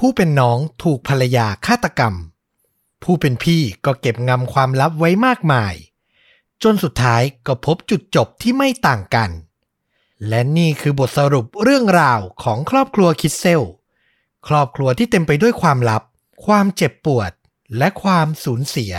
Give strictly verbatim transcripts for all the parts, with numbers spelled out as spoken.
ผู้เป็นน้องถูกภรรยาฆาตกรรมผู้เป็นพี่ก็เก็บงำความลับไว้มากมายจนสุดท้ายก็พบจุดจบที่ไม่ต่างกันและนี่คือบทสรุปเรื่องราวของครอบครัวคิดเซลครอบครัวที่เต็มไปด้วยความลับความเจ็บปวดและความสูญเสีย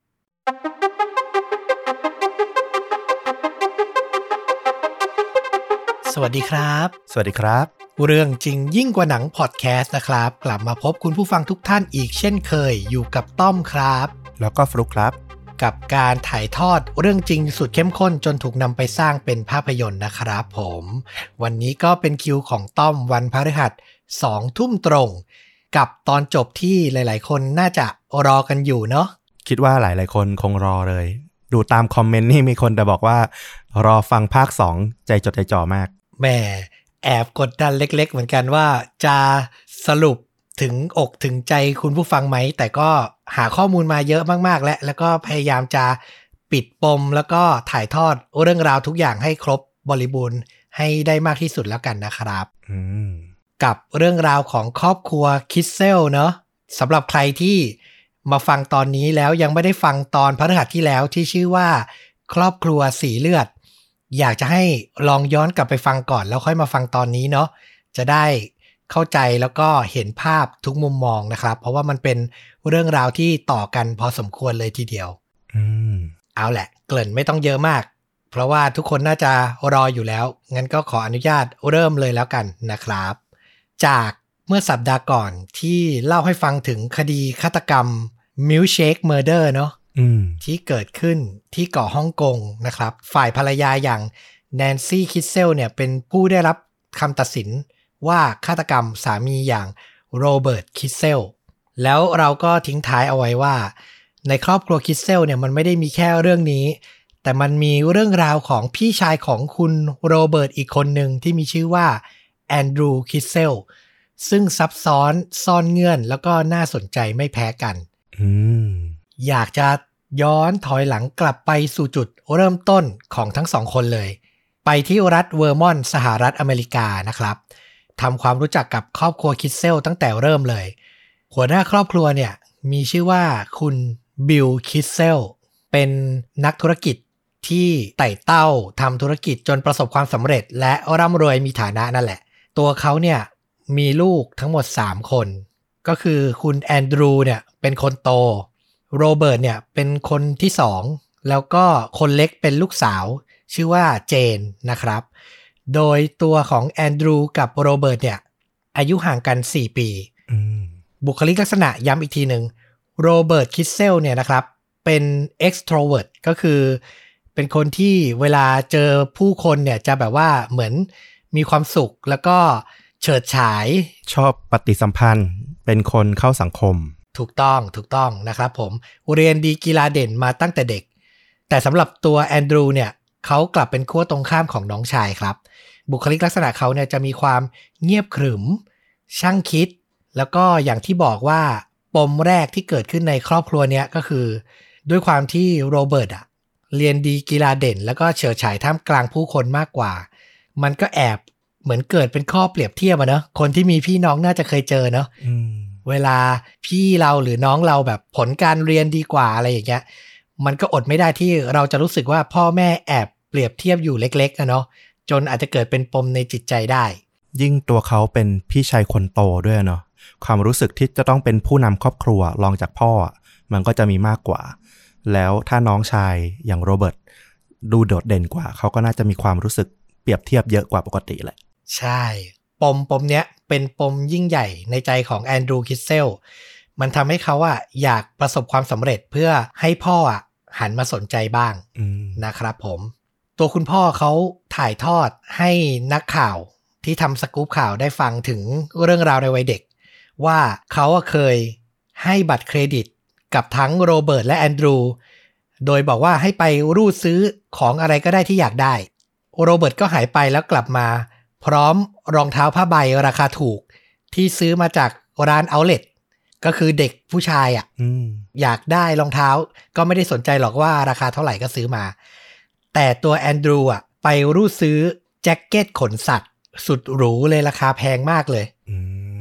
สวัสดีครับสวัสดีครับเรื่องจริงยิ่งกว่าหนังพอดแคสต์นะครับกลับมาพบคุณผู้ฟังทุกท่านอีกเช่นเคยอยู่กับต้อมครับแล้วก็ฟลุ๊กครับกับการถ่ายทอดเรื่องจริงสุดเข้มข้นจนถูกนำไปสร้างเป็นภาพยนตร์นะครับผมวันนี้ก็เป็นคิวของต้อมวันพฤหัสสองทุ่มตรงกับตอนจบที่หลายๆคนน่าจะรอกันอยู่เนาะคิดว่าหลายๆคนคงรอเลยดูตามคอมเมนต์นี่มีคนแต่บอกว่ารอฟังภาคสองใจจดใจจ่อมากแม่แอบกดดันเล็กๆเหมือนกันว่าจะสรุปถึงอกถึงใจคุณผู้ฟังไหมแต่ก็หาข้อมูลมาเยอะมากๆแล้วแล้วก็พยายามจะปิดปมแล้วก็ถ่ายทอดเรื่องราวทุกอย่างให้ครบบริบูรณ์ให้ได้มากที่สุดแล้วกันนะครับกับเรื่องราวของครอบครัวคิดเซลเนาะสำหรับใครที่มาฟังตอนนี้แล้วยังไม่ได้ฟังตอนพฤหัสที่แล้วที่ชื่อว่าครอบครัวสีเลือดอยากจะให้ลองย้อนกลับไปฟังก่อนแล้วค่อยมาฟังตอนนี้เนาะจะได้เข้าใจแล้วก็เห็นภาพทุกมุมมองนะครับเพราะว่ามันเป็นเรื่องราวที่ต่อกันพอสมควรเลยทีเดียวอืมเอาแหละเกริ่นไม่ต้องเยอะมากเพราะว่าทุกคนน่าจะรออยู่แล้วงั้นก็ขออนุญาตเริ่มเลยแล้วกันนะครับจากเมื่อสัปดาห์ก่อนที่เล่าให้ฟังถึงคดีฆาตกรรม Milkshake Murder เนาะที่เกิดขึ้นที่เกาะฮ่องกงนะครับฝ่ายภรรยาอย่างแนนซี่คิดเซลเนี่ยเป็นผู้ได้รับคำตัดสินว่าฆาตกรรมสามีอย่างโรเบิร์ตคิดเซลแล้วเราก็ทิ้งท้ายเอาไว้ว่าในครอบครัวคิดเซลเนี่ยมันไม่ได้มีแค่เรื่องนี้แต่มันมีเรื่องราวของพี่ชายของคุณโรเบิร์ตอีกคนหนึ่งที่มีชื่อว่าแอนดรูว์คิดเซลซึ่งซับซ้อนซ่อนเงื่อนแล้วก็น่าสนใจไม่แพ้กัน mm. อยากจะย้อนถอยหลังกลับไปสู่จุดเริ่มต้นของทั้งสองคนเลยไปที่รัฐเวอร์มอนต์สหรัฐอเมริกานะครับทำความรู้จักกับครอบครัวคิดเซลตั้งแต่เริ่มเลยหัวหน้าครอบครัวเนี่ยมีชื่อว่าคุณบิลคิดเซลเป็นนักธุรกิจที่ไต่เต้าทำธุรกิจจนประสบความสำเร็จและร่ำรวยมีฐานะนั่นแหละตัวเขาเนี่ยมีลูกทั้งหมดสามคนก็คือคุณแอนดรูว์เนี่ยเป็นคนโตโรเบิร์ตเนี่ยเป็นคนที่สองแล้วก็คนเล็กเป็นลูกสาวชื่อว่าเจนนะครับโดยตัวของแอนดรูว์กับโรเบิร์ตเนี่ยอายุห่างกันสี่ปีบุคลิกลักษณะย้ำอีกทีหนึ่งโรเบิร์ตคิดเซลเนี่ยนะครับเป็น extrovert ก็คือเป็นคนที่เวลาเจอผู้คนเนี่ยจะแบบว่าเหมือนมีความสุขแล้วก็เฉิดฉายชอบปฏิสัมพันธ์เป็นคนเข้าสังคมถูกต้องถูกต้องนะครับผมเรียนดีกีฬาเด่นมาตั้งแต่เด็กแต่สำหรับตัวแอนดรูว์เนี่ยเขากลับเป็นขั้วตรงข้ามของน้องชายครับบุคลิกลักษณะเขาเนี่ยจะมีความเงียบขรึมช่างคิดแล้วก็อย่างที่บอกว่าปมแรกที่เกิดขึ้นในครอบครัวเนี้ยก็คือด้วยความที่โรเบิร์ตอะเรียนดีกีฬาเด่นแล้วก็เฉิดฉายท่ามกลางผู้คนมากกว่ามันก็แอบเหมือนเกิดเป็นข้อเปรียบเทียบอะเนาะคนที่มีพี่น้องน่าจะเคยเจอเนาะเวลาพี่เราหรือน้องเราแบบผลการเรียนดีกว่าอะไรอย่างเงี้ยมันก็อดไม่ได้ที่เราจะรู้สึกว่าพ่อแม่แอบเปรียบเทียบอยู่เล็กๆนะเนาะจนอาจจะเกิดเป็นปมในจิตใจได้ยิ่งตัวเขาเป็นพี่ชายคนโตด้วยเนาะความรู้สึกที่จะต้องเป็นผู้นำครอบครัวรองจากพ่อมันก็จะมีมากกว่าแล้วถ้าน้องชายอย่างโรเบิร์ตดูโดดเด่นกว่าเขาก็น่าจะมีความรู้สึกเปรียบเทียบเยอะกว่าปกติแหละใช่ปมปมเนี้ยเป็นปมยิ่งใหญ่ในใจของแอนดรูว์คิดเซลมันทำให้เขาอะอยากประสบความสำเร็จเพื่อให้พ่ออะหันมาสนใจบ้างนะครับผมตัวคุณพ่อเขาถ่ายทอดให้นักข่าวที่ทำสกู๊ปข่าวได้ฟังถึงเรื่องราวในวัยเด็กว่าเขาเคยให้บัตรเครดิตกับทั้งโรเบิร์ตและแอนดรูว์โดยบอกว่าให้ไปรูดซื้อของอะไรก็ได้ที่อยากได้โรเบิร์ตก็หายไปแล้วกลับมาพร้อมรองเท้าผ้าใบราคาถูกที่ซื้อมาจากร้านเอาท์เล็ตก็คือเด็กผู้ชายอ่ะอ, อยากได้รองเท้าก็ไม่ได้สนใจหรอกว่าราคาเท่าไหร่ก็ซื้อมาแต่ตัวแอนดรูว์อ่ะไปรูดซื้อแจ็คเก็ตขนสัตว์สุดหรูเลยราคาแพงมากเลย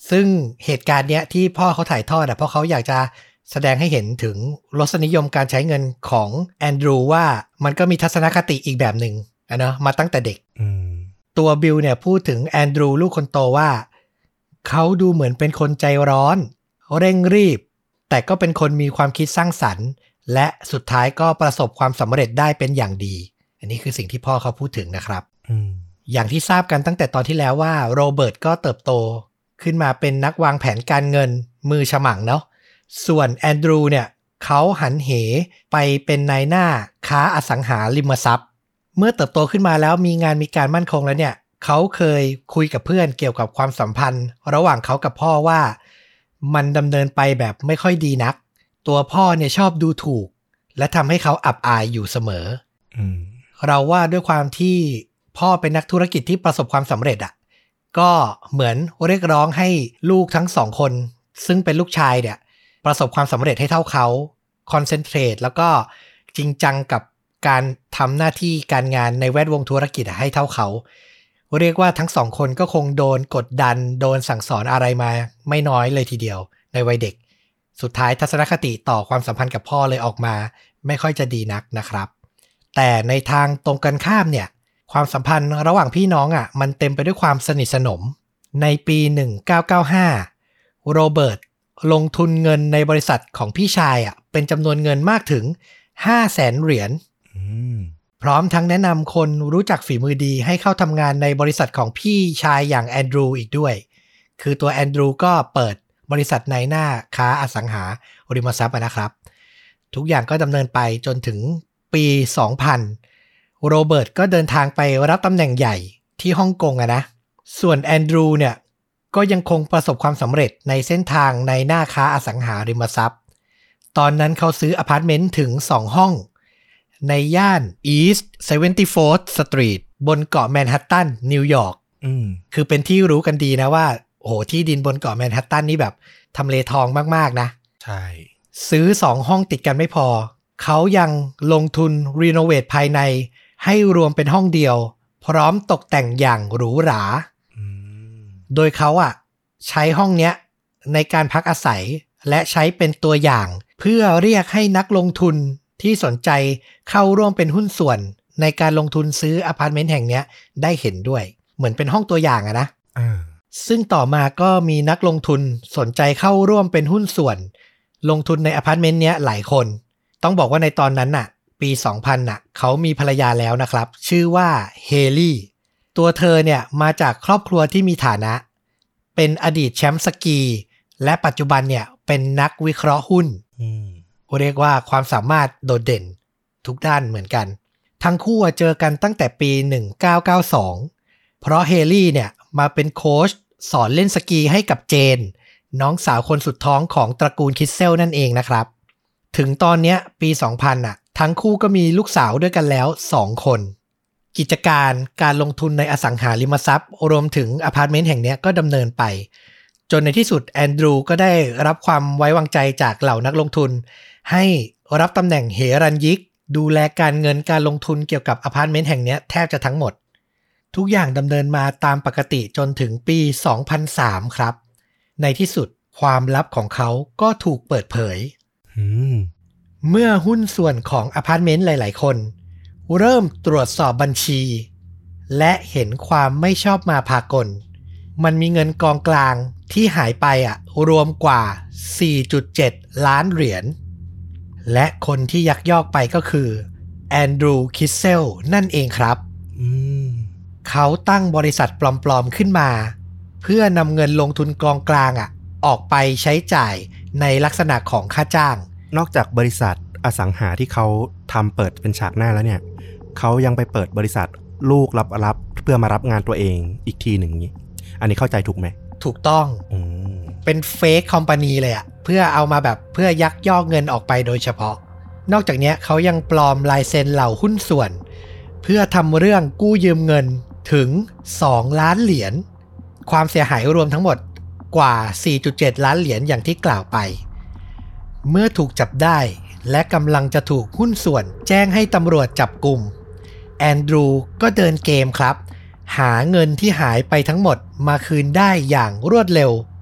ซึ่งเหตุการณ์เนี้ยที่พ่อเขาถ่ายทอดอ่ะเพราะเขาอยากจะแสดงให้เห็นถึงรสนิยมการใช้เงินของแอนดรูว่ามันก็มีทัศนคติอีกแบบหนึ่งนะเนาะมาตั้งแต่เด็กตัวบิลเนี่ยพูดถึงแอนดรูลูกคนโตว่าเขาดูเหมือนเป็นคนใจร้อนเร่งรีบแต่ก็เป็นคนมีความคิดสร้างสรรค์และสุดท้ายก็ประสบความสำเร็จได้เป็นอย่างดีอันนี้คือสิ่งที่พ่อเขาพูดถึงนะครับอย่างที่ทราบกันตั้งแต่ตอนที่แล้วว่าโรเบิร์ตก็เติบโตขึ้นมาเป็นนักวางแผนการเงินมือฉมังเนาะส่วนแอนดรูเนี่ยเขาหันเหไปเป็นนายหน้าค้าอสังหาริมทรัพย์เมื่อเติบโตขึ้นมาแล้วมีงานมีการมั่นคงแล้วเนี่ยเขาเคยคุยกับเพื่อนเกี่ยวกับความสัมพันธ์ระหว่างเขากับพ่อว่ามันดำเนินไปแบบไม่ค่อยดีนักตัวพ่อเนี่ยชอบดูถูกและทำให้เขาอับอายอยู่เสมอ เราว่าด้วยความที่พ่อเป็นนักธุรกิจที่ประสบความสำเร็จอ่ะก็เหมือนเรียกร้องให้ลูกทั้งสองคนซึ่งเป็นลูกชายเนี่ยประสบความสำเร็จให้เท่าเขาคอนเซนเทรตแล้วก็จริงจังกับการทำหน้าที่การงานในแวดวงธุรกิจให้เท่าเขาเรียกว่าทั้งสองคนก็คงโดนกดดันโดนสั่งสอนอะไรมาไม่น้อยเลยทีเดียวในวัยเด็กสุดท้ายทัศนคติต่อความสัมพันธ์กับพ่อเลยออกมาไม่ค่อยจะดีนักนะครับแต่ในทางตรงกันข้ามเนี่ยความสัมพันธ์ระหว่างพี่น้องอ่ะมันเต็มไปด้วยความสนิทสนมในปีหนึ่งพันเก้าร้อยเก้าสิบห้าโรเบิร์ตลงทุนเงินในบริษัทของพี่ชายอ่ะเป็นจำนวนเงินมากถึง ห้าแสน เหรียญพร้อมทั้งแนะนำคนรู้จักฝีมือดีให้เข้าทำงานในบริษัทของพี่ชายอย่างแอนดรูอีกด้วยคือตัวแอนดรูก็เปิดบริษัทนายหน้าค้าอสังหาริมทรัพย์นะครับทุกอย่างก็ดำเนินไปจนถึงปีสองพันโรเบิร์ตก็เดินทางไปรับตำแหน่งใหญ่ที่ฮ่องกงอะนะส่วนแอนดรูเนี่ยก็ยังคงประสบความสำเร็จในเส้นทางในหน้าค้าอสังหาริมทรัพย์ตอนนั้นเขาซื้ออพาร์ตเมนต์ถึงสองห้องในย่าน East เซเวนตี้โฟร์ธ Street บนเกาะแมนฮัตตันนิวยอร์กคือเป็นที่รู้กันดีนะว่าโอ้โหที่ดินบนเกาะแมนฮัตตันนี่แบบทำเลทองมากๆนะใช่ซื้อสองห้องติดกันไม่พอเขายังลงทุนรีโนเวทภายในให้รวมเป็นห้องเดียวพร้อมตกแต่งอย่างหรูหราโดยเขาอ่ะใช้ห้องเนี้ยในการพักอาศัยและใช้เป็นตัวอย่างเพื่อเรียกให้นักลงทุนที่สนใจเข้าร่วมเป็นหุ้นส่วนในการลงทุนซื้ออพาร์ตเมนต์แห่งเนี้ยได้เห็นด้วยเหมือนเป็นห้องตัวอย่างอะนะซึ่งต่อมาก็มีนักลงทุนสนใจเข้าร่วมเป็นหุ้นส่วนลงทุนในอพาร์ตเมนต์เนี้ยหลายคนต้องบอกว่าในตอนนั้นน่ะปีสองพันน่ะเขามีภรรยาแล้วนะครับชื่อว่าเฮลี่ตัวเธอเนี่ยมาจากครอบครัวที่มีฐานะเป็นอดีตแชมป์สกีและปัจจุบันเนี่ยเป็นนักวิเคราะห์หุ้นเรียกว่าความสามารถโดดเด่นทุกด้านเหมือนกันทั้งคู่เจอกันตั้งแต่ปีหนึ่งพันเก้าร้อยเก้าสิบสองเพราะเฮลี่เนี่ยมาเป็นโค้ชสอนเล่นสกีให้กับเจนน้องสาวคนสุดท้องของตระกูลคิสเซลนั่นเองนะครับถึงตอนนี้ปีสองพันน่ะทั้งคู่ก็มีลูกสาวด้วยกันแล้วสองคนกิจการการลงทุนในอสังหาริมทรัพย์รวมถึงอพาร์ตเมนต์แห่งนี้ก็ดำเนินไปจนในที่สุดแอนดรูก็ได้รับความไว้วางใจจากเหล่านักลงทุนให้รับตำแหน่งเฮรัญยิกดูแลการเงินการลงทุนเกี่ยวกับอพาร์ตเมนต์แห่งนี้แทบจะทั้งหมดทุกอย่างดำเนินมาตามปกติจนถึงปีสองพันสามครับในที่สุดความลับของเขาก็ถูกเปิดเผย hmm. เมื่อหุ้นส่วนของอพาร์ตเมนต์หลายๆคนเริ่มตรวจสอบบัญชีและเห็นความไม่ชอบมาพากลมันมีเงินกองกลางที่หายไปอ่ะรวมกว่า สี่จุดเจ็ด ล้านเหรียญและคนที่ยักยอกไปก็คือแอนดรูคิสเซลนั่นเองครับ mm. เขาตั้งบริษัทปลอมๆขึ้นมาเพื่อนำเงินลงทุนกองกลางอ่ะออกไปใช้จ่ายในลักษณะของค่าจ้างนอกจากบริษัทอสังหาที่เขาทำเปิดเป็นฉากหน้าแล้วเนี่ยเขายังไปเปิดบริษัทลูกลับๆเพื่อมารับงานตัวเองอีกทีหนึ่งนี้อันนี้เข้าใจถูกไหมถูกต้องเป็นเฟคคอมพานีเลยอ่ะเพื่อเอามาแบบเพื่อยักยอกเงินออกไปโดยเฉพาะนอกจากนี้เขายังปลอมลายเซ็นเหล่าหุ้นส่วนเพื่อทำเรื่องกู้ยืมเงินถึงสองล้านเหรียญความเสียหายรวมทั้งหมดกว่า สี่จุดเจ็ด ล้านเหรียญอย่างที่กล่าวไปเมื่อถูกจับได้และกำลังจะถูกหุ้นส่วนแจ้งให้ตำรวจจับกุมแอนดรูก็เดินเกมครับหาเงินที่หายไปทั้งหมดมาคืนได้อย่างรวดเร็ว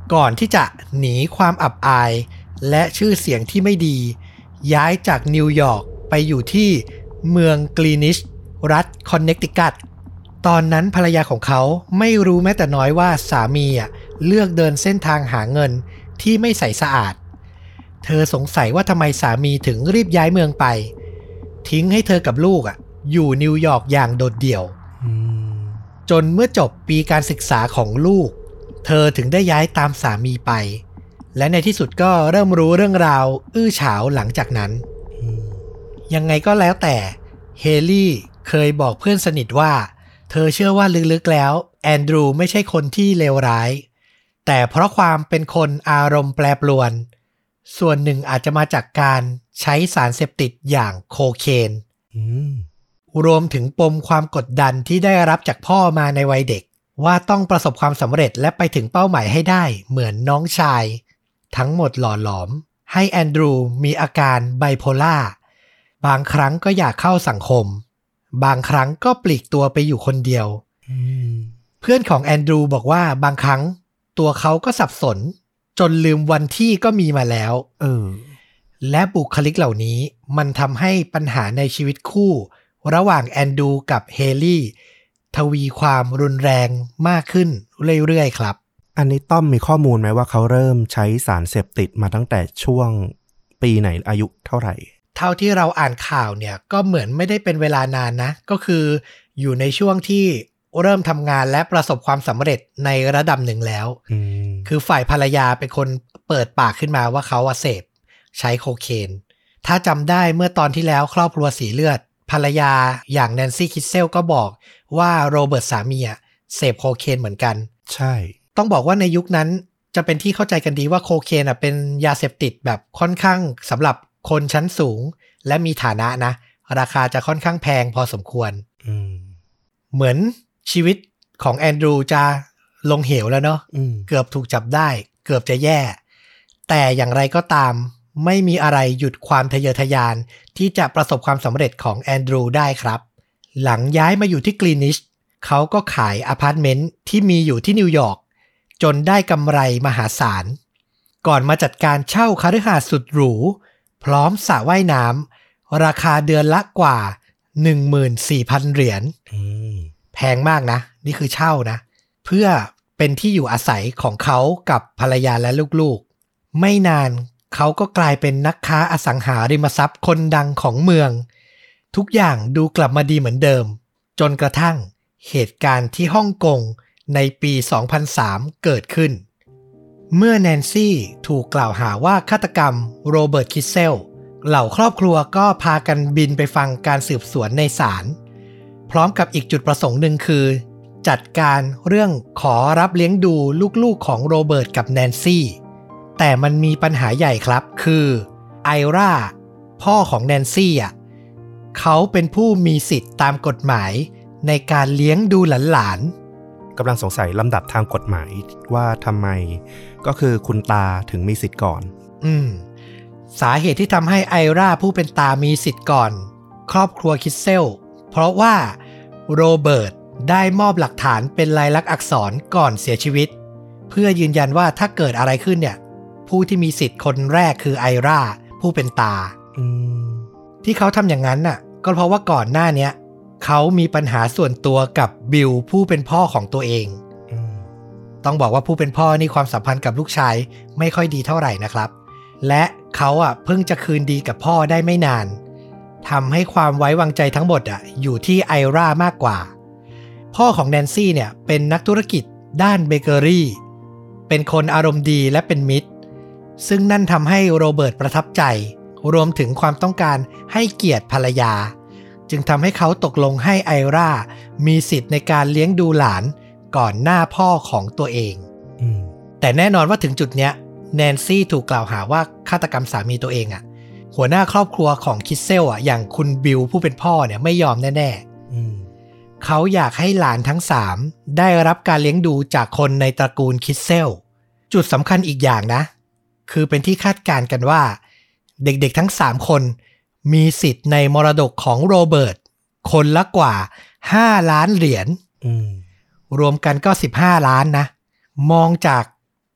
ก่อนที่จะหนีความอับอายและชื่อเสียงที่ไม่ดีย้ายจากนิวยอร์กไปอยู่ที่เมืองกรีนิชรัฐคอนเนคติคัตตอนนั้นภรรยาของเขาไม่รู้แม้แต่น้อยว่าสามีอ่ะเลือกเดินเส้นทางหาเงินที่ไม่ใสสะอาดเธอสงสัยว่าทำไมสามีถึงรีบย้ายเมืองไปทิ้งให้เธอกับลูกอ่ะอยู่นิวยอร์กอย่างโดดเดี่ยวจนเมื่อจบปีการศึกษาของลูกเธอถึงได้ย้ายตามสามีไปและในที่สุดก็เริ่มรู้เรื่องราวอื้อฉาวหลังจากนั้นยังไงก็แล้วแต่เฮลี่เคยบอกเพื่อนสนิทว่าเธอเชื่อว่าลึกๆแล้วแอนดรูไม่ใช่คนที่เลวร้ายแต่เพราะความเป็นคนอารมณ์แปรปรวนส่วนหนึ่งอาจจะมาจากการใช้สารเสพติดอย่างโคเคนรวมถึงปมความกดดันที่ได้รับจากพ่อมาในวัยเด็กว่าต้องประสบความสำเร็จและไปถึงเป้าหมายให้ได้เหมือนน้องชายทั้งหมดหล่อหลอมให้แอนดรูมีอาการไบโพล่าบางครั้งก็อยากเข้าสังคมบางครั้งก็ปลีกตัวไปอยู่คนเดียวเพื่อนของแอนดรูบอกว่าบางครั้งตัวเขาก็สับสนจนลืมวันที่ก็มีมาแล้วเออและบุคลิกเหล่านี้มันทำให้ปัญหาในชีวิตคู่ระหว่างแอนดรูกับเฮลี่ทวีความรุนแรงมากขึ้นเรื่อยๆครับอันนี้ต้อมมีข้อมูลไหมว่าเขาเริ่มใช้สารเสพติดมาตั้งแต่ช่วงปีไหนอายุเท่าไหร่เท่าที่เราอ่านข่าวเนี่ยก็เหมือนไม่ได้เป็นเวลานานนะก็คืออยู่ในช่วงที่เริ่มทำงานและประสบความสำเร็จในระดับหนึ่งแล้วคือฝ่ายภรรยาเป็นคนเปิดปากขึ้นมาว่าเขาเสพใช้โคเคนถ้าจำได้เมื่อตอนที่แล้วครอบครัวสีเลือดภรรยาอย่างแนนซี่คิสเซลก็บอกว่าโรเบิร์ตสามีเสพโคเคนเหมือนกันใช่ต้องบอกว่าในยุคนั้นจะเป็นที่เข้าใจกันดีว่าโคเคนอ่ะเป็นยาเสพติดแบบค่อนข้างสำหรับคนชั้นสูงและมีฐานะนะราคาจะค่อนข้างแพงพอสมควรเหมือนชีวิตของแอนดรูจะลงเหวแล้วเนาะเกือบถูกจับได้เกือบจะแย่แต่อย่างไรก็ตามไม่มีอะไรหยุดความทะเยอทะยานที่จะประสบความสำเร็จของแอนดรูได้ครับหลังย้ายมาอยู่ที่กรีนิชเขาก็ขายอพาร์ตเมนต์ที่มีอยู่ที่นิวยอร์กจนได้กำไรมหาศาลก่อนมาจัดการเช่าคฤหาสน์สุดหรูพร้อมสระว่ายน้ำราคาเดือนละกว่า หนึ่งหมื่นสี่พัน เหรียญแพงมากนะนี่คือเช่านะเพื่อเป็นที่อยู่อาศัยของเขากับภรรยาและลูกๆไม่นานเขาก็กลายเป็นนักค้าอสังหาริมทรัพย์คนดังของเมืองทุกอย่างดูกลับมาดีเหมือนเดิมจนกระทั่งเหตุการณ์ที่ฮ่องกงในปี สองพันสาม เกิดขึ้นเมื่อแนนซี่ถูกกล่าวหาว่าฆาตกรรมโรเบิร์ตคิสเซลเหล่าครอบครัวก็พากันบินไปฟังการสืบสวนในศาลพร้อมกับอีกจุดประสงค์หนึ่งคือจัดการเรื่องขอรับเลี้ยงดูลูกๆของโรเบิร์ตกับแนนซี่แต่มันมีปัญหาใหญ่ครับคือไอร่าพ่อของแนนซี่อ่ะเขาเป็นผู้มีสิทธิ์ตามกฎหมายในการเลี้ยงดูหลานๆกำลังสงสัยลำดับทางกฎหมายว่าทำไมก็คือคุณตาถึงมีสิทธิ์ก่อนอืมสาเหตุที่ทำให้ไอร่าผู้เป็นตามีสิทธิ์ก่อนครอบครัวคิสเซลเพราะว่าโรเบิร์ตได้มอบหลักฐานเป็นลายลักษณ์อักษรก่อนเสียชีวิตเพื่อยืนยันว่าถ้าเกิดอะไรขึ้นเนี่ยผู้ที่มีสิทธิ์คนแรกคือไอร่าผู้เป็นตาที่เขาทำอย่างนั้นน่ะก็เพราะว่าก่อนหน้านี้เขามีปัญหาส่วนตัวกับบิลผู้เป็นพ่อของตัวเองต้องบอกว่าผู้เป็นพ่อนี่ความสัมพันธ์กับลูกชายไม่ค่อยดีเท่าไหร่นะครับและเขาอ่ะเพิ่งจะคืนดีกับพ่อได้ไม่นานทำให้ความไว้วางใจทั้งหมดอ่ะอยู่ที่ไอร่ามากกว่าพ่อของแนนซี่เนี่ยเป็นนักธุรกิจด้านเบเกอรี่เป็นคนอารมณ์ดีและเป็นมิตรซึ่งนั่นทำให้โรเบิร์ตประทับใจรวมถึงความต้องการให้เกียรติภรรยาจึงทำให้เขาตกลงให้ไอร่ามีสิทธิ์ในการเลี้ยงดูหลานก่อนหน้าพ่อของตัวเองแต่แน่นอนว่าถึงจุดเนี้ยแนนซี่ถูกกล่าวหาว่าฆาตกรรมสามีตัวเองอ่ะหัวหน้าครอบครัวของคิสเซลอ่ะอย่างคุณบิลผู้เป็นพ่อเนี่ยไม่ยอมแน่ๆเขาอยากให้หลานทั้งสามได้รับการเลี้ยงดูจากคนในตระกูลคิสเซลจุดสำคัญอีกอย่างนะคือเป็นที่คาดการณ์กันว่าเด็กๆทั้งสามคนมีสิทธิ์ในมรดกของโรเบิร์ตคนละกว่าห้าล้านเหรียญรวมกันก็สิบห้าล้านนะมองจาก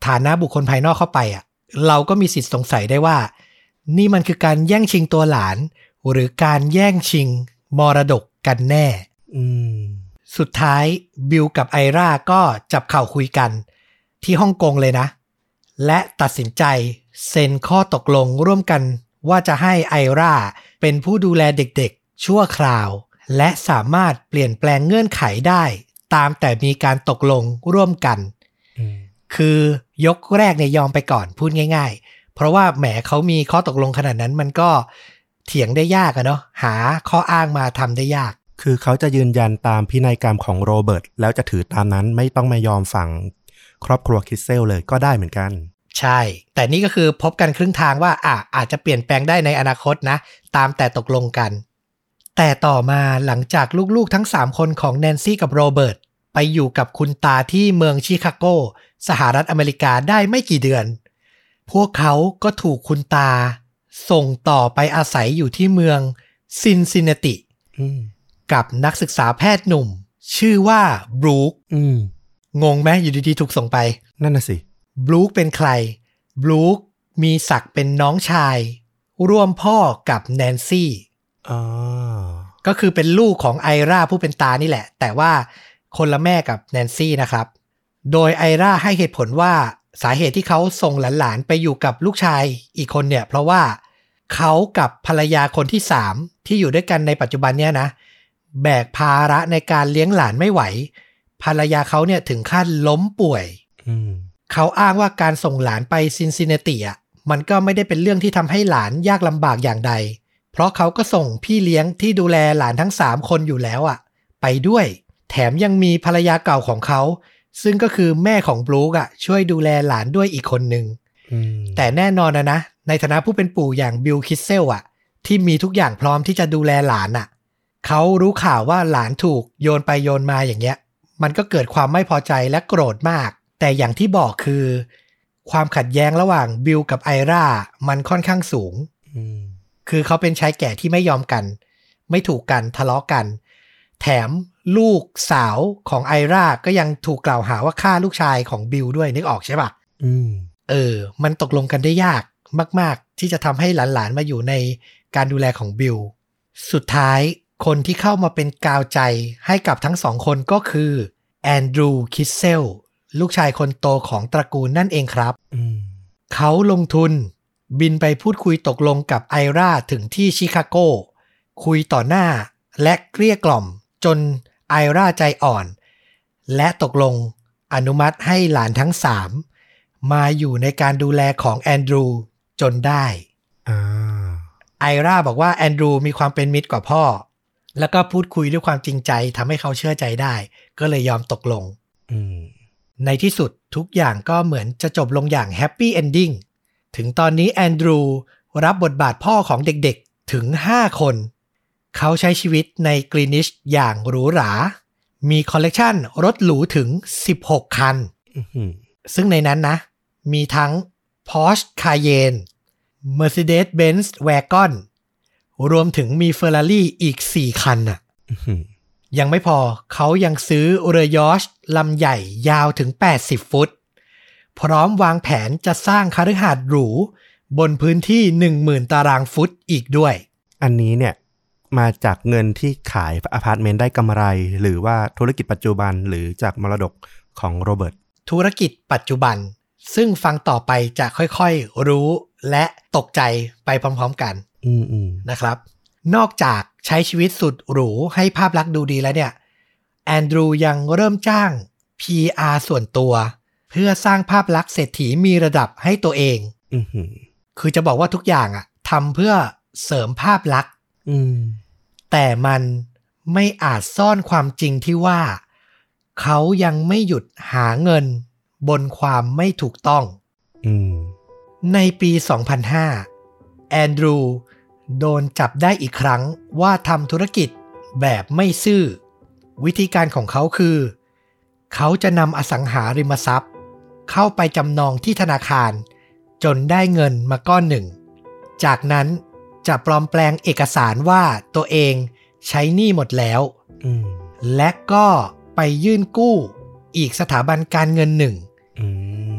ฐานะบุคคลภายนอกเข้าไปอ่ะเราก็มีสิทธิ์สงสัยได้ว่านี่มันคือการแย่งชิงตัวหลานหรือการแย่งชิงมรดกกันแน่อืมสุดท้ายบิลกับไอร่าก็จับเข่าคุยกันที่ฮ่องกงเลยนะและตัดสินใจเซ็นข้อตกลงร่วมกันว่าจะให้ไอร่าเป็นผู้ดูแลเด็กๆชั่วคราวและสามารถเปลี่ยนแปลงเงื่อนไขได้ตามแต่มีการตกลงร่วมกันคือยกแรกเนี่ยยอมไปก่อนพูดง่ายๆเพราะว่าแหมเขามีข้อตกลงขนาดนั้นมันก็เถียงได้ยากอะเนาะหาข้ออ้างมาทำได้ยากคือเขาจะยืนยันตามพินัยกรรมของโรเบิร์ตแล้วจะถือตามนั้นไม่ต้องมายอมฝั่งครอบครัวคิสเซลเลยก็ได้เหมือนกันใช่แต่นี่ก็คือพบกันครึ่งทางว่าอ่ะอาจจะเปลี่ยนแปลงได้ในอนาคตนะตามแต่ตกลงกันแต่ต่อมาหลังจากลูกๆทั้งสามคนของแนนซี่กับโรเบิร์ตไปอยู่กับคุณตาที่เมืองชิคาโกสหรัฐอเมริกาได้ไม่กี่เดือนพวกเขาก็ถูกคุณตาส่งต่อไปอาศัยอยู่ที่เมืองซินซินนาติกับนักศึกษาแพทย์หนุ่มชื่อว่าบรูคงงไหมอยู่ดีๆถูกส่งไปนั่นน่ะสิบรูคเป็นใครบรูคมีศักดิ์เป็นน้องชายร่วมพ่อกับแนนซี่อ๋อก็คือเป็นลูกของไอร่าผู้เป็นตานี่แหละแต่ว่าคนละแม่กับแนนซี่นะครับโดยไอร่าให้เหตุผลว่าสาเหตุที่เขาส่งหลานๆไปอยู่กับลูกชายอีกคนเนี่ยเพราะว่าเขากับภรรยาคนที่สามที่อยู่ด้วยกันในปัจจุบันเนี่ยนะแบกภาระในการเลี้ยงหลานไม่ไหวภรรยาเขาเนี่ยถึงขั้นล้มป่วยเขาอ้างว่าการส่งหลานไปซินซินนาติอ่ะมันก็ไม่ได้เป็นเรื่องที่ทำให้หลานยากลำบากอย่างใดเพราะเขาก็ส่งพี่เลี้ยงที่ดูแลหลานทั้งสามคนอยู่แล้วอ่ะไปด้วยแถมยังมีภรรยาเก่าของเขาซึ่งก็คือแม่ของบรูคอ่ะช่วยดูแลหลานด้วยอีกคนนึงแต่แน่นอนนะนะในฐานะผู้เป็นปู่อย่างบิลคิสเซลอ่ะที่มีทุกอย่างพร้อมที่จะดูแลหลานอ่ะเขารู้ข่าวว่าหลานถูกโยนไปโยนมาอย่างเงี้ยมันก็เกิดความไม่พอใจและโกรธมากแต่อย่างที่บอกคือความขัดแย้งระหว่างบิลกับไอร่ามันค่อนข้างสูงคือเขาเป็นชายแก่ที่ไม่ยอมกันไม่ถูกกันทะเลาะกันแถมลูกสาวของไอร่าก็ยังถูกกล่าวหาว่าฆ่าลูกชายของบิลด้วยนึกออกใช่ปะเออมันตกลงกันได้ยากมากๆที่จะทำให้หลานๆมาอยู่ในการดูแลของบิลสุดท้ายคนที่เข้ามาเป็นกาวใจให้กับทั้งสองคนก็คือแอนดรูว์คิสเซลลูกชายคนโตของตระกูลนั่นเองครับเขาลงทุนบินไปพูดคุยตกลงกับไอร่าถึงที่ชิคาโกคุยต่อหน้าและเกลี้ยกล่อมจนไอร่าใจอ่อนและตกลงอนุมัติให้หลานทั้งสามมาอยู่ในการดูแลของแอนดรูว์จนได้ไอร่าบอกว่าแอนดรูว์มีความเป็นมิตรกว่าพ่อแล้วก็พูดคุยด้วยความจริงใจทำให้เขาเชื่อใจได้ก็เลยยอมตกลงในที่สุดทุกอย่างก็เหมือนจะจบลงอย่างแฮปปี้เอนดิ้งถึงตอนนี้แอนดรูว์รับบทบาทพ่อของเด็กๆถึงห้าคนเขาใช้ชีวิตในกรีนิชอย่างหรูหรามีคอลเลกชันรถหรูถึงสิบหกคันซึ่งในนั้นนะมีทั้ง Porsche Cayenne Mercedes-Benz Wagon รวมถึงมี Ferrari อีกสี่คันน่ะยังไม่พอเขายังซื้อเรือยอชต์ลำใหญ่ยาวถึงแปดสิบฟุตพร้อมวางแผนจะสร้างคฤหาสน์หรูบนพื้นที่ หนึ่งหมื่น ตารางฟุตอีกด้วยอันนี้เนี่ยมาจากเงินที่ขายอพาร์ตเมนต์ได้กำไรหรือว่าธุรกิจปัจจุบันหรือจากมรดกของโรเบิร์ตธุรกิจปัจจุบันซึ่งฟังต่อไปจะค่อยๆรู้และตกใจไปพร้อมๆกันนะครับนอกจากใช้ชีวิตสุดหรูให้ภาพลักษณ์ดูดีแล้วเนี่ยแอนดรูว์ยังเริ่มจ้าง พี อาร์ ส่วนตัวเพื่อสร้างภาพลักษณ์เศรษฐีมีระดับให้ตัวเองคือจะบอกว่าทุกอย่างอะทำเพื่อเสริมภาพลักษณ์แต่มันไม่อาจซ่อนความจริงที่ว่าเขายังไม่หยุดหาเงินบนความไม่ถูกต้องในปี สองพันห้า แอนดรูว์โดนจับได้อีกครั้งว่าทำธุรกิจแบบไม่ซื่อวิธีการของเขาคือเขาจะนำอสังหาริมทรัพย์เข้าไปจำนองที่ธนาคารจนได้เงินมาก้อนหนึ่งจากนั้นจะปลอมแปลงเอกสารว่าตัวเองใช้หนี้หมดแล้วและก็ไปยื่นกู้อีกสถาบันการเงินหนึ่ง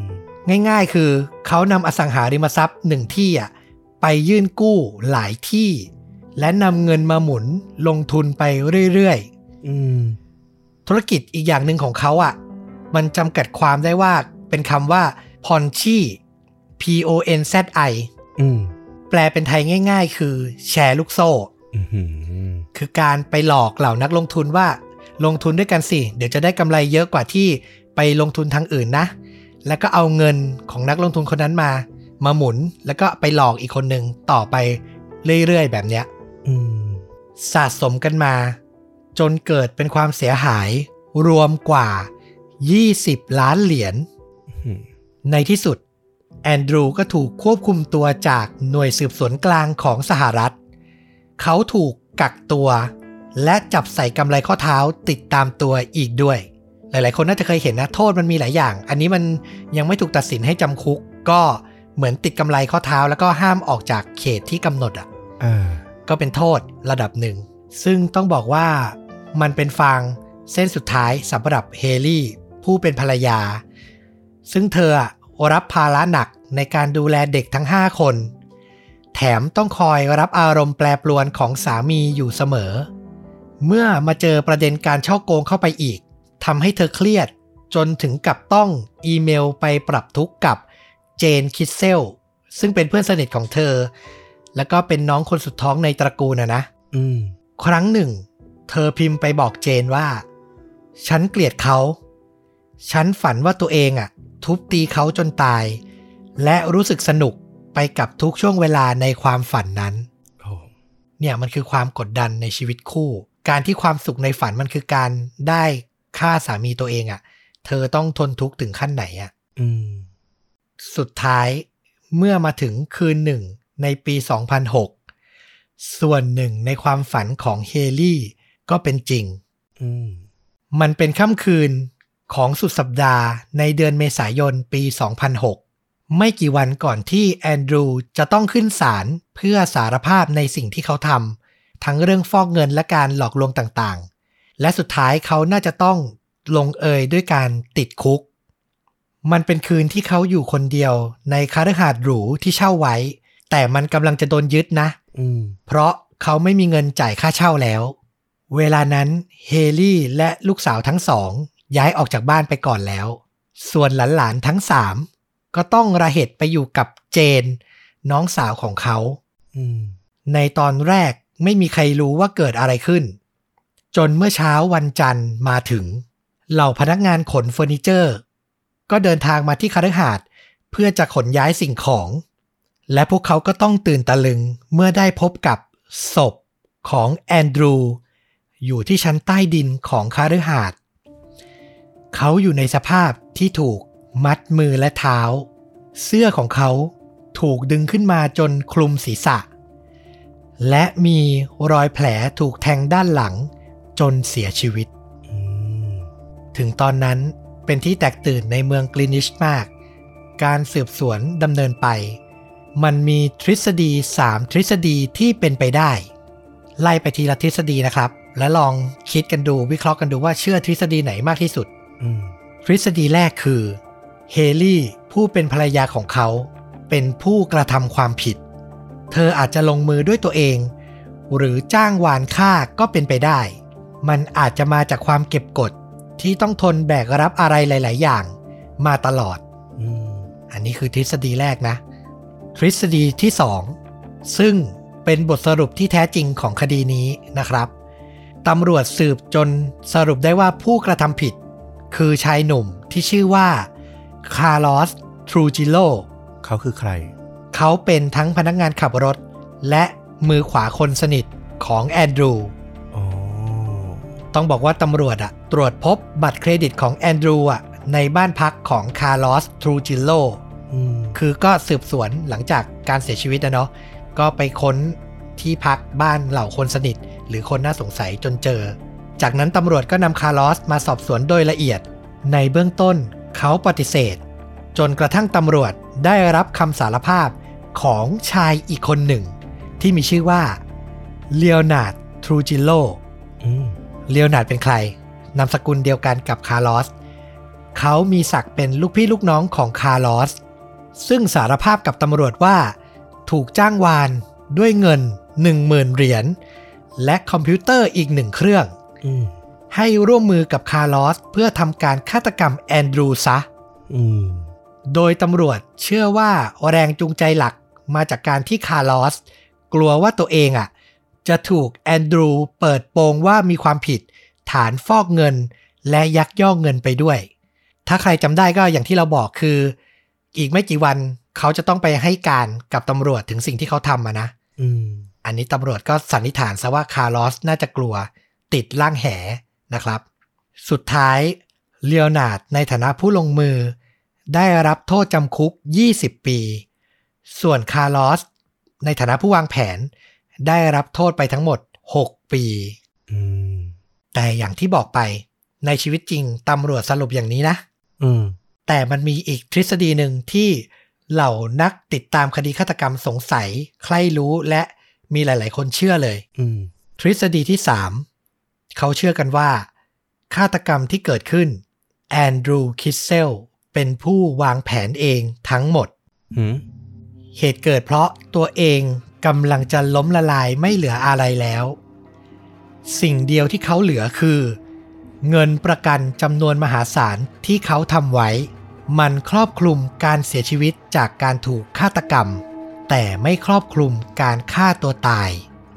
ง่ายๆคือเขานำอสังหาริมทรัพย์หนึ่งที่อ่ะไปยื่นกู้หลายที่และนำเงินมาหมุนลงทุนไปเรื่อยๆอืมธุรกิจอีกอย่างหนึ่งของเขาอ่ะมันจำกัดความได้ว่าเป็นคำว่า Ponzi P O N Z I อืมแปลเป็นไทยง่ายๆคือแชร์ลูกโซ่คือการไปหลอกเหล่านักลงทุนว่าลงทุนด้วยกันสิเดี๋ยวจะได้กำไรเยอะกว่าที่ไปลงทุนทางอื่นนะแล้วก็เอาเงินของนักลงทุนคนนั้นมามาหมุนแล้วก็ไปหลอกอีกคนหนึ่งต่อไปเรื่อยๆแบบเนี้ยสะสมกันมาจนเกิดเป็นความเสียหายรวมกว่ายี่สิบล้านเหรียญในที่สุดแอนดรูก็ถูกควบคุมตัวจากหน่วยสืบสวนกลางของสหรัฐเขาถูกกักตัวและจับใส่กำไลข้อเท้าติดตามตัวอีกด้วยหลายๆคนน่าจะเคยเห็นนะโทษมันมีหลายอย่างอันนี้มันยังไม่ถูกตัดสินให้จำคุกก็เหมือนติดกำไลข้อเท้าแล้วก็ห้ามออกจากเขตที่กำหนดอ่ะก็เป็นโทษระดับหนึ่งซึ่งต้องบอกว่ามันเป็นฟางเส้นสุดท้ายสำหรับเฮลี่ผู้เป็นภรรยาซึ่งเธอรับภาระหนักในการดูแลเด็กทั้งห้าคนแถมต้องคอยรับอารมณ์แปรปรวนของสามีอยู่เสมอเมื่อมาเจอประเด็นการฉ้อโกงเข้าไปอีกทำให้เธอเครียดจนถึงกับต้องอีเมลไปปรับทุกข์กับเจนคิสเซลซึ่งเป็นเพื่อนสนิทของเธอแล้วก็เป็นน้องคนสุดท้องในตระกูลนะนะครั้งหนึ่งเธอพิมพ์ไปบอกเจนว่าฉันเกลียดเขาฉันฝันว่าตัวเองอ่ะทุบตีเขาจนตายและรู้สึกสนุกไปกับทุกช่วงเวลาในความฝันนั้น oh. เนี่ยมันคือความกดดันในชีวิตคู่การที่ความสุขในฝันมันคือการได้ฆ่าสามีตัวเองอ่ะเธอต้องทนทุกข์ถึงขั้นไหนอ่ะ mm. สุดท้ายเมื่อมาถึงคืนหนึ่งในปีสองพันหกส่วนหนึ่งในความฝันของเฮลี่ก็เป็นจริง mm. มันเป็นค่ำคืนของสุดสัปดาห์ในเดือนเมษายนปีสองพันหกไม่กี่วันก่อนที่แอนดรูจะต้องขึ้นศาลเพื่อสารภาพในสิ่งที่เขาทำทั้งเรื่องฟอกเงินและการหลอกลวงต่างๆและสุดท้ายเขาน่าจะต้องลงเอยด้วยการติดคุกมันเป็นคืนที่เขาอยู่คนเดียวในคฤหาสน์หรูที่เช่าไว้แต่มันกำลังจะโดนยึดนะเพราะเขาไม่มีเงินจ่ายค่าเช่าแล้วเวลานั้นเฮลี่และลูกสาวทั้งสองย้ายออกจากบ้านไปก่อนแล้วส่วนหลานๆทั้งสามก็ต้องระเหตุไปอยู่กับเจนน้องสาวของเขาในตอนแรกไม่มีใครรู้ว่าเกิดอะไรขึ้นจนเมื่อเช้าวันจันทร์มาถึงเหล่าพนักงานขนเฟอร์นิเจอร์ก็เดินทางมาที่คฤหาสน์เพื่อจะขนย้ายสิ่งของและพวกเขาก็ต้องตื่นตะลึงเมื่อได้พบกับศพของแอนดรูอยู่ที่ชั้นใต้ดินของคฤหาสน์เขาอยู่ในสภาพที่ถูกมัดมือและเท้าเสื้อของเขาถูกดึงขึ้นมาจนคลุมศีรษะและมีรอยแผลถูกแทงด้านหลังจนเสียชีวิตถึงตอนนั้นเป็นที่แตกตื่นในเมืองกลินิชมากการสืบสวนดำเนินไปมันมีทฤษฎีสามทฤษฎีที่เป็นไปได้ไล่ไปทีละทฤษฎีนะครับและลองคิดกันดูวิเคราะห์กันดูว่าเชื่อทฤษฎีไหนมากที่สุดทฤษฎีแรกคือเฮลี่ผู้เป็นภรรยาของเขาเป็นผู้กระทำความผิดเธออาจจะลงมือด้วยตัวเองหรือจ้างวานฆ่าก็เป็นไปได้มันอาจจะมาจากความเก็บกดที่ต้องทนแบกรับอะไรหลายๆอย่างมาตลอด อ, อันนี้คือทฤษฎีแรกนะทฤษฎีที่สองซึ่งเป็นบทสรุปที่แท้จริงของคดีนี้นะครับตำรวจสืบจนสรุปได้ว่าผู้กระทำผิดคือชายหนุ่มที่ชื่อว่าคาร์ลอส ทรูจิโลเขาคือใครเขาเป็นทั้งพนักงานขับรถและมือขวาคนสนิทของแอนดรูต้องบอกว่าตำรวจอะตรวจพบบัตรเครดิตของแอนดรูอะในบ้านพักของคาร์ลอส ทรูจิโลคือก็สืบสวนหลังจากการเสียชีวิตนะเนาะก็ไปค้นที่พักบ้านเหล่าคนสนิทหรือคนน่าสงสัยจนเจอจากนั้นตำรวจก็นำคาร์ลอสมาสอบสวนโดยละเอียดในเบื้องต้นเขาปฏิเสธจนกระทั่งตำรวจได้รับคำสารภาพของชายอีกคนหนึ่งที่มีชื่อว่าเลโอนาร์ด ทรูจิโลเลโอนาร์ดเป็นใครนามสกุลเดียวกันกับคาร์ลอสเขามีศักดิ์เป็นลูกพี่ลูกน้องของคาร์ลอสซึ่งสารภาพกับตำรวจว่าถูกจ้างวานด้วยเงิน หนึ่งหมื่น เหรียญและคอมพิวเตอร์อีกหนึ่งเครื่องให้ร่วมมือกับคาร์ลอสเพื่อทำการฆาตกรรมแอนดรูซะโดยตำรวจเชื่อว่าแรงจูงใจหลักมาจากการที่คาร์ลอสกลัวว่าตัวเองอ่ะจะถูกแอนดรูเปิดโปงว่ามีความผิดฐานฟอกเงินและยักยอกเงินไปด้วยถ้าใครจำได้ก็อย่างที่เราบอกคืออีกไม่กี่วันเขาจะต้องไปให้การกับตำรวจถึงสิ่งที่เขาทำอะนะอืมอันนี้ตำรวจก็สันนิษฐานซะว่าคาร์ลอสน่าจะกลัวติดล่างแหนะครับสุดท้ายเลโอนาร์ดในฐานะผู้ลงมือได้รับโทษจำคุกยี่สิบปีส่วนคาร์ลอสในฐานะผู้วางแผนได้รับโทษไปทั้งหมดหกปีอืมแต่อย่างที่บอกไปในชีวิตจริงตำรวจสรุปอย่างนี้นะอืมแต่มันมีอีกทฤษฎีหนึ่งที่เหล่านักติดตามคดีฆาตกรรมสงสัยใคร่รู้และมีหลายๆคนเชื่อเลยอืมทฤษฎีที่สามเขาเชื่อกันว่าฆาตกรรมที่เกิดขึ้นแอนดรูว์คิสเซลเป็นผู้วางแผนเองทั้งหมดเหตุเกิดเพราะตัวเองกำลังจะล้มละลายไม่เหลืออะไรแล้วสิ่งเดียวที่เขาเหลือคือเงินประกันจำนวนมหาศาลที่เขาทำไว้มันครอบคลุมการเสียชีวิตจากการถูกฆาตกรรมแต่ไม่ครอบคลุมการฆ่าตัวตาย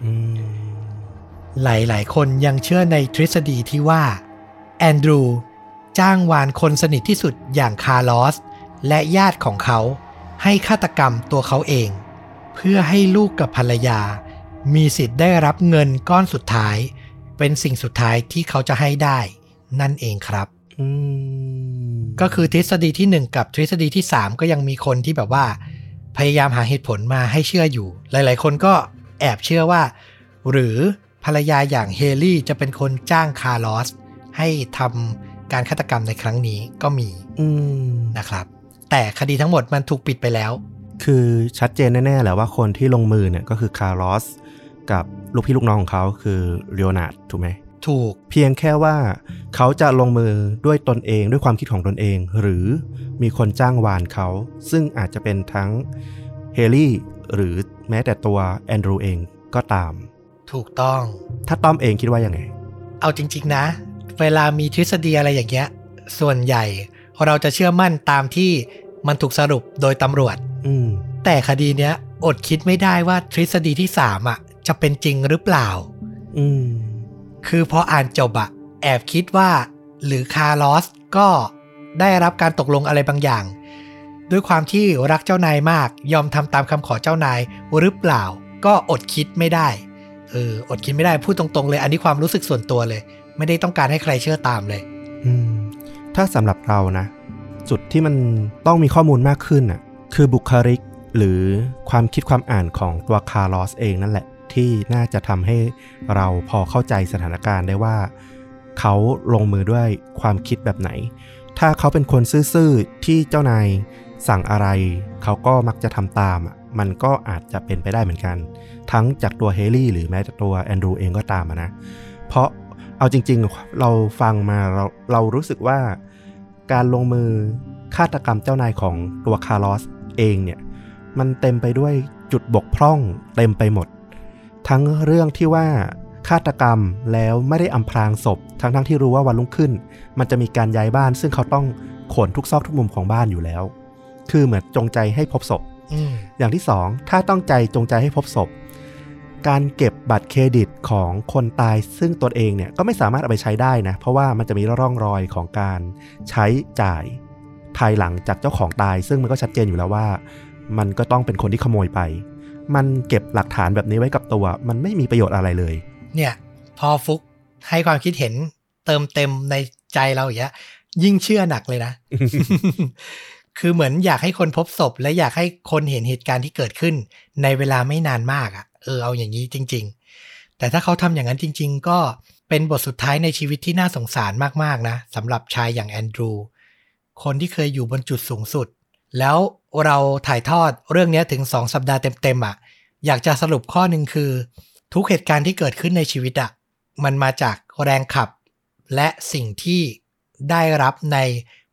หลายๆคนยังเชื่อในทฤษฎีที่ว่าแอนดรูว์จ้างวานคนสนิทที่สุดอย่างคาร์ลอสและญาติของเขาให้ฆาตกรรมตัวเขาเองเพื่อให้ลูกกับภรรยามีสิทธิ์ได้รับเงินก้อนสุดท้ายเป็นสิ่งสุดท้ายที่เขาจะให้ได้นั่นเองครับก็คือทฤษฎีที่หนึ่งกับทฤษฎีที่สามก็ยังมีคนที่แบบว่าพยายามหาเหตุผลมาให้เชื่ออยู่หลายๆคนก็แอบเชื่อว่าหรือภรรยาอย่างเฮลี่จะเป็นคนจ้างคาร์ลอสให้ทำการฆาตกรรมในครั้งนี้ก็มีนะครับแต่คดีทั้งหมดมันถูกปิดไปแล้วคือชัดเจนแน่ๆแหละว่าคนที่ลงมือเนี่ยก็คือคาร์ลอสกับลูกพี่ลูกน้องของเขาคือเลโอนาร์ดถูกไหมถูกเพียงแค่ว่าเขาจะลงมือด้วยตนเองด้วยความคิดของตนเองหรือมีคนจ้างวานเขาซึ่งอาจจะเป็นทั้งเฮลี่หรือแม้แต่ตัวแอนดรูว์เองก็ตามถูกต้องถ้าต้อมเองคิดว่ายังไงเอาจริงๆนะเวลามีทฤษฎีอะไรอย่างเงี้ยส่วนใหญ่เราจะเชื่อมั่นตามที่มันถูกสรุปโดยตำรวจแต่คดีเนี้ยอดคิดไม่ได้ว่าทฤษฎีที่สามอ่ะจะเป็นจริงหรือเปล่าคือพออ่านจบอะแอบคิดว่าหรือคาร์ลอสก็ได้รับการตกลงอะไรบางอย่างด้วยความที่รักเจ้านายมากยอมทำตามคำขอเจ้านายหรือเปล่าก็อดคิดไม่ได้เอออดคิดไม่ได้พูดตรงๆเลยอันนี้ความรู้สึกส่วนตัวเลยไม่ได้ต้องการให้ใครเชื่อตามเลยอืมถ้าสำหรับเรานะจุดที่มันต้องมีข้อมูลมากขึ้นน่ะคือบุคลิกหรือความคิดความอ่านของตัวคาร์ลอสเองนั่นแหละที่น่าจะทำให้เราพอเข้าใจสถานการณ์ได้ว่าเขาลงมือด้วยความคิดแบบไหนถ้าเขาเป็นคนซื่อๆที่เจ้านายสั่งอะไรเขาก็มักจะทำตามอ่ะมันก็อาจจะเป็นไปได้เหมือนกันทั้งจากตัวเฮลี่หรือแม้แต่ตัวแอนดรูว์เองก็ตามนะเพราะเอาจริงๆเราฟังมาเราเรารู้สึกว่าการลงมือฆาตกรรมเจ้านายของตัวคาร์ลอสเองเนี่ยมันเต็มไปด้วยจุดบกพร่องเต็มไปหมดทั้งเรื่องที่ว่าฆาตกรรมแล้วไม่ได้อำพรางศพทั้งทั้งที่รู้ว่าวันรุ่งขึ้นมันจะมีการย้ายบ้านซึ่งเขาต้องขนทุกซอกทุกมุมของบ้านอยู่แล้วคือเหมือนจงใจให้พบศพ อ, อย่างที่สองถ้าต้องใจจงใจให้พบศพการเก็บบัตรเครดิตของคนตายซึ่งตนเองเนี่ยก็ไม่สามารถเอาไปใช้ได้นะเพราะว่ามันจะมีร่องรอยของการใช้จ่ายภายหลังจากเจ้าของตายซึ่งมันก็ชัดเจนอยู่แล้วว่ามันก็ต้องเป็นคนที่ขโมยไปมันเก็บหลักฐานแบบนี้ไว้กับตัวมันไม่มีประโยชน์อะไรเลยเนี่ยพอฟุกให้ความคิดเห็นเติมเต็มในใจเราอย่างเงี้ยยิ่งเชื่อหนักเลยนะ คือเหมือนอยากให้คนพบศพและอยากให้คนเห็นเหตุการณ์ที่เกิดขึ้นในเวลาไม่นานมากอ่ะเออเอาอย่างนี้จริงๆแต่ถ้าเขาทำอย่างนั้นจริงๆก็เป็นบทสุดท้ายในชีวิตที่น่าสงสารมากๆนะสำหรับชายอย่างแอนดรูว์คนที่เคยอยู่บนจุดสูงสุดแล้วเราถ่ายทอดเรื่องนี้ถึงสองสัปดาห์เต็มๆอ่ะอยากจะสรุปข้อหนึ่งคือทุกเหตุการณ์ที่เกิดขึ้นในชีวิตอ่ะมันมาจากแรงขับและสิ่งที่ได้รับใน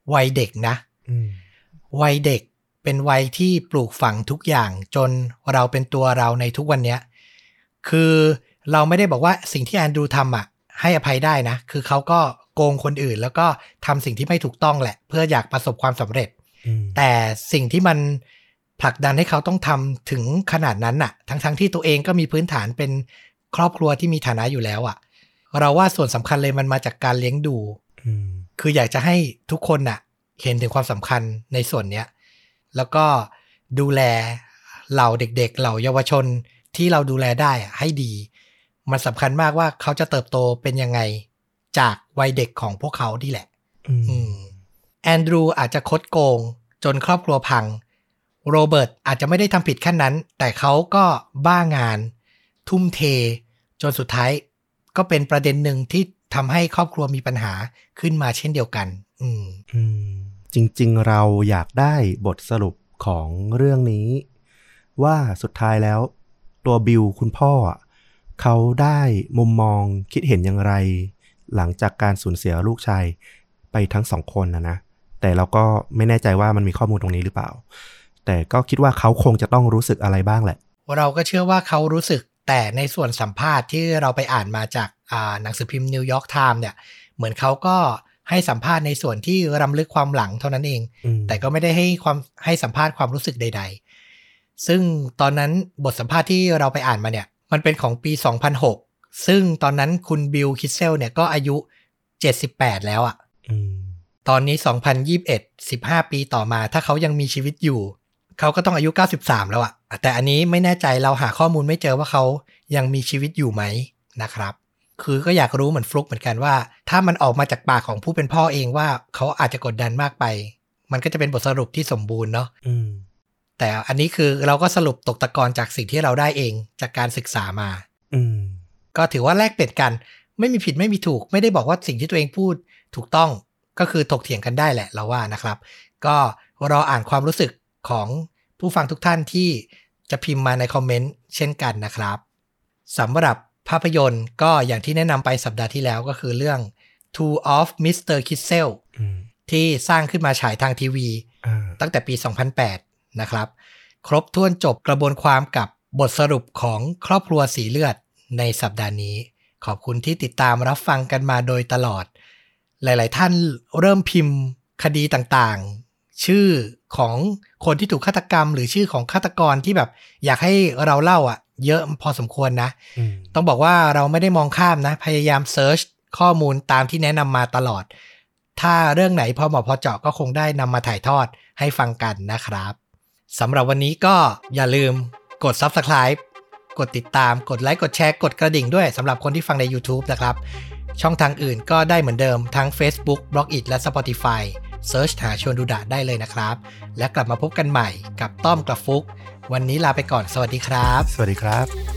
วัยเด็กนะวัยเด็กเป็นวัยที่ปลูกฝังทุกอย่างจนเราเป็นตัวเราในทุกวันนี้คือเราไม่ได้บอกว่าสิ่งที่แอนดรูทำอ่ะให้อภัยได้นะคือเขาก็โกงคนอื่นแล้วก็ทำสิ่งที่ไม่ถูกต้องแหละเพื่ออยากประสบความสำเร็จแต่สิ่งที่มันผลักดันให้เขาต้องทำถึงขนาดนั้นน่ะทั้งๆที่ตัวเองก็มีพื้นฐานเป็นครอบครัวที่มีฐานะอยู่แล้วอ่ะเราว่าส่วนสำคัญเลยมันมาจากการเลี้ยงดูคืออยากจะให้ทุกคนน่ะเห็นถึงความสำคัญในส่วนเนี้ยแล้วก็ดูแลเหล่าเด็กๆเหล่าเยาวชนที่เราดูแลได้อ่ะให้ดีมันสำคัญมากว่าเขาจะเติบโตเป็นยังไงจากวัยเด็กของพวกเขาดีแหละแอนดรูอาจจะคดโกงจนครอบครัวพังโรเบิร์ตอาจจะไม่ได้ทำผิดขั้นนั้นแต่เขาก็บ้างานทุ่มเทจนสุดท้ายก็เป็นประเด็นหนึ่งที่ทำให้ครอบครัวมีปัญหาขึ้นมาเช่นเดียวกันอืมอืมจริงๆเราอยากได้บทสรุปของเรื่องนี้ว่าสุดท้ายแล้วตัวบิลคุณพ่อเขาได้มุมมองคิดเห็นอย่างไรหลังจากการสูญเสียลูกชายไปทั้งสองคนนะนะแต่เราก็ไม่แน่ใจว่ามันมีข้อมูลตรงนี้หรือเปล่าแต่ก็คิดว่าเขาคงจะต้องรู้สึกอะไรบ้างแหละเราก็เชื่อว่าเขารู้สึกแต่ในส่วนสัมภาษณ์ที่เราไปอ่านมาจากอ่าหนังสือพิมพ์นิวยอร์กไทม์เนี่ยเหมือนเขาก็ให้สัมภาษณ์ในส่วนที่รำลึกความหลังเท่านั้นเองแต่ก็ไม่ได้ให้ความให้สัมภาษณ์ความรู้สึกใดๆซึ่งตอนนั้นบทสัมภาษณ์ที่เราไปอ่านมาเนี่ยมันเป็นของปีสองพันหกซึ่งตอนนั้นคุณบิลคิสเซลเนี่ยก็อายุเจ็ดสิบแปดแล้วอ่ะตอนนี้สองพันยี่สิบเอ็ด สิบห้าปีต่อมาถ้าเขายังมีชีวิตอยู่เขาก็ต้องอายุเก้าสิบสามแล้วอ่ะแต่อันนี้ไม่แน่ใจเราหาข้อมูลไม่เจอว่าเขายังมีชีวิตอยู่ไหมนะครับคือก็อยากรู้เหมือนฟลุกเหมือนกันว่าถ้ามันออกมาจากปากของผู้เป็นพ่อเองว่าเขาอาจจะกดดันมากไปมันก็จะเป็นบทสรุปที่สมบูรณ์เนาะแต่อันนี้คือเราก็สรุปตกตะกอนจากสิ่งที่เราได้เองจากการศึกษามาก็ถือว่าแลกเปลี่ยนกันไม่มีผิดไม่มีถูกไม่ได้บอกว่าสิ่งที่ตัวเองพูดถูกต้องก็คือถกเถียงกันได้แหละเราว่านะครับก็รออ่านความรู้สึกของผู้ฟังทุกท่านที่จะพิมพ์มาในคอมเมนต์เช่นกันนะครับสำหรับภาพยนตร์ก็อย่างที่แนะนำไปสัปดาห์ที่แล้วก็คือเรื่อง Two of มิสเตอร์ Kissel ที่สร้างขึ้นมาฉายทางทีวีตั้งแต่ปีสองพันแปดนะครับครบถ้วนจบกระบวนความกับบทสรุปของครอบครัวสีเลือดในสัปดาห์นี้ขอบคุณที่ติดตามรับฟังกันมาโดยตลอดหลายๆท่านเริ่มพิมพ์คดีต่างๆชื่อของคนที่ถูกฆาตกรรมหรือชื่อของฆาตกรที่แบบอยากให้เราเล่าอ่ะเยอะพอสมควรนะต้องบอกว่าเราไม่ได้มองข้ามนะพยายามเซิร์ชข้อมูลตามที่แนะนำมาตลอดถ้าเรื่องไหนพอเหมาะพอเจาะก็คงได้นำมาถ่ายทอดให้ฟังกันนะครับสำหรับวันนี้ก็อย่าลืมกด Subscribe กดติดตามกดไลค์กดแชร์กดกระดิ่งด้วยสำหรับคนที่ฟังใน YouTube นะครับช่องทางอื่นก็ได้เหมือนเดิมทั้ง Facebook บล็อกอิท และ Spotify เซิร์ชหาชวนดูดะได้เลยนะครับและกลับมาพบกันใหม่กับต้อมกับฟุกวันนี้ลาไปก่อนสวัสดีครับสวัสดีครับ